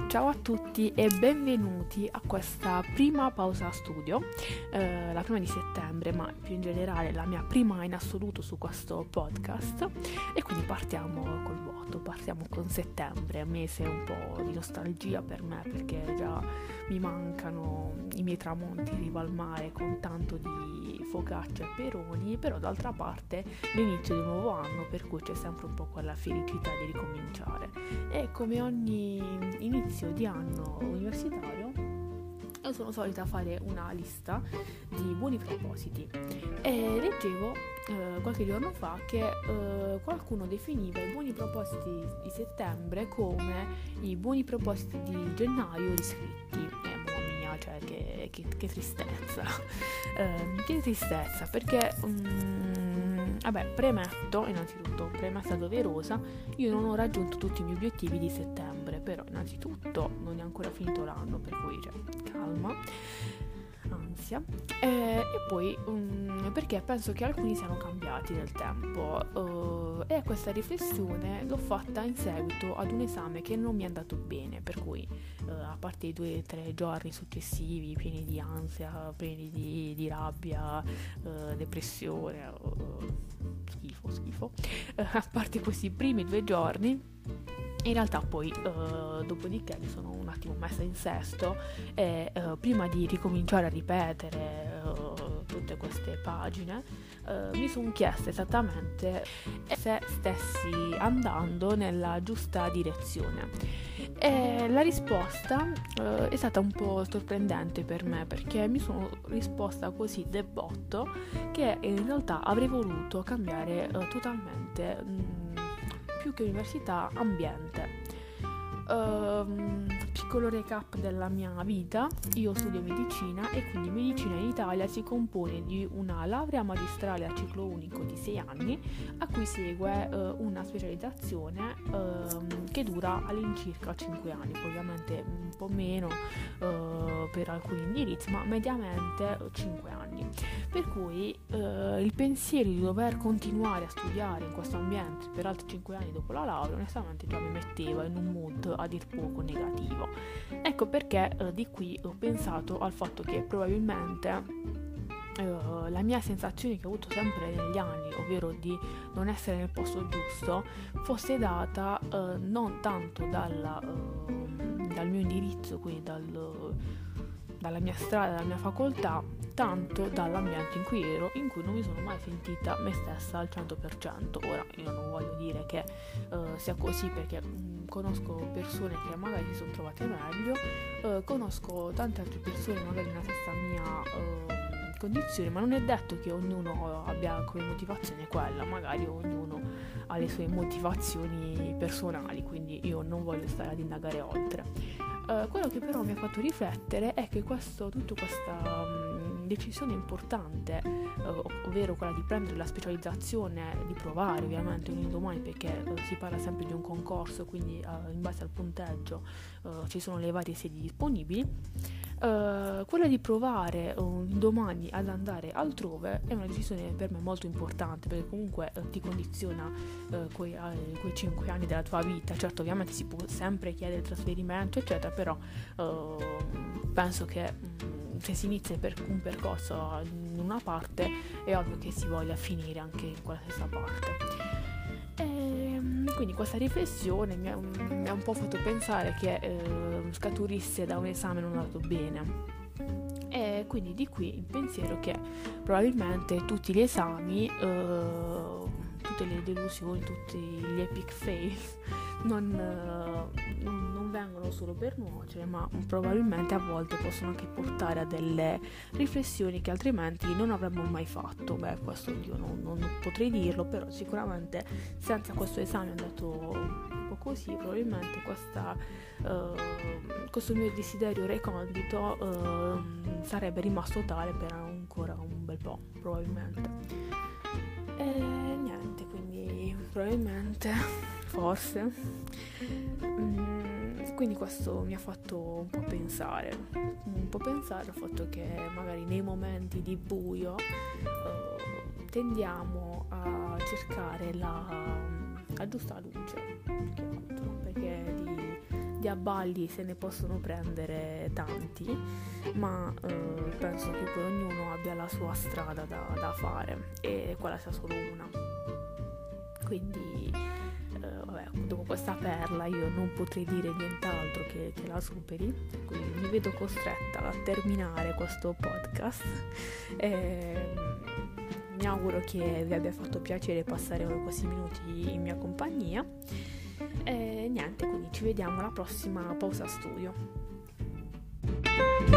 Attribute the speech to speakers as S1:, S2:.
S1: Ciao a tutti e benvenuti a questa prima pausa studio, la prima di settembre, ma più in generale la mia prima in assoluto su questo podcast. E quindi partiamo col vuoto, partiamo con settembre, mese un po' di nostalgia per me, perché già mi mancano i miei tramonti in riva al mare con tanto di focaccia e peroni, però d'altra parte l'inizio di un nuovo anno, per cui c'è sempre un po' quella felicità di ricominciare. E come ogni inizio di anno universitario, io sono solita fare una lista di buoni propositi e leggevo qualche giorno fa che qualcuno definiva i buoni propositi di settembre come i buoni propositi di gennaio riscritti. Mamma mia, cioè che tristezza. Che tristezza, perché premetto, innanzitutto, premessa doverosa, io non ho raggiunto tutti i miei obiettivi di settembre, però innanzitutto non è ancora finito l'anno, per cui calma, ansia, e poi perché penso che alcuni siano cambiati nel tempo, e questa riflessione l'ho fatta in seguito ad un esame che non mi è andato bene, per cui a parte i 2 o 3 giorni successivi pieni di ansia, pieni di rabbia, depressione, schifo, a parte questi primi 2 giorni, in realtà poi dopodiché mi sono un attimo messa in sesto e prima di ricominciare a ripetere tutte queste pagine mi sono chiesta esattamente se stessi andando nella giusta direzione. E la risposta è stata un po' sorprendente per me, perché mi sono risposta così de botto che in realtà avrei voluto cambiare totalmente, più che università, ambiente. Piccolo recap della mia vita: io studio medicina e quindi medicina in Italia si compone di una laurea magistrale a ciclo unico di 6 anni, a cui segue una specializzazione che dura all'incirca 5 anni, poi ovviamente un po' meno per alcuni indirizzi, ma mediamente 5 anni. Per cui il pensiero di dover continuare a studiare in questo ambiente per altri 5 anni dopo la laurea onestamente già mi metteva in un mood a dir poco negativo. Ecco perché di qui ho pensato al fatto che probabilmente la mia sensazione che ho avuto sempre negli anni, ovvero di non essere nel posto giusto, fosse data non tanto dal mio indirizzo, quindi dalla mia strada, dalla mia facoltà, tanto dall'ambiente in cui ero, in cui non mi sono mai sentita me stessa al 100%. Ora io non voglio dire che sia così, perché conosco persone che magari si sono trovate meglio, conosco tante altre persone magari nella stessa mia condizione, ma non è detto che ognuno abbia come motivazione quella, magari ognuno ha le sue motivazioni personali, quindi io non voglio stare ad indagare oltre. Quello che però mi ha fatto riflettere è che tutta questa decisione importante, ovvero quella di prendere la specializzazione, di provare ovviamente un domani, perché si parla sempre di un concorso, quindi in base al punteggio ci sono le varie sedi disponibili. Quella di provare un domani ad andare altrove è una decisione per me molto importante, perché comunque ti condiziona quei 5 anni della tua vita. Certo, ovviamente si può sempre chiedere il trasferimento eccetera, però penso che se si inizia per un percorso in una parte è ovvio che si voglia finire anche in quella stessa parte. Quindi questa riflessione mi ha un po' fatto pensare che scaturisse da un esame non andato bene, e quindi di qui il pensiero che probabilmente tutti gli esami, tutte le delusioni, tutti gli epic fail non vengono solo per nuocere, ma probabilmente a volte possono anche portare a delle riflessioni che altrimenti non avremmo mai fatto. Questo io non potrei dirlo, però sicuramente senza questo esame è andato un po' così, probabilmente questo mio desiderio recondito sarebbe rimasto tale per ancora un bel po', probabilmente. E niente, quindi probabilmente, forse, quindi questo mi ha fatto un po' pensare al fatto che magari nei momenti di buio tendiamo a cercare la giusta luce, più che altro, perché di di abballi se ne possono prendere tanti, ma penso che poi ognuno abbia la sua strada da fare e quella sia solo una. Quindi dopo questa perla io non potrei dire nient'altro che la superi, quindi mi vedo costretta a terminare questo podcast. Mi auguro che vi abbia fatto piacere passare questi minuti in mia compagnia e niente, quindi ci vediamo alla prossima pausa studio.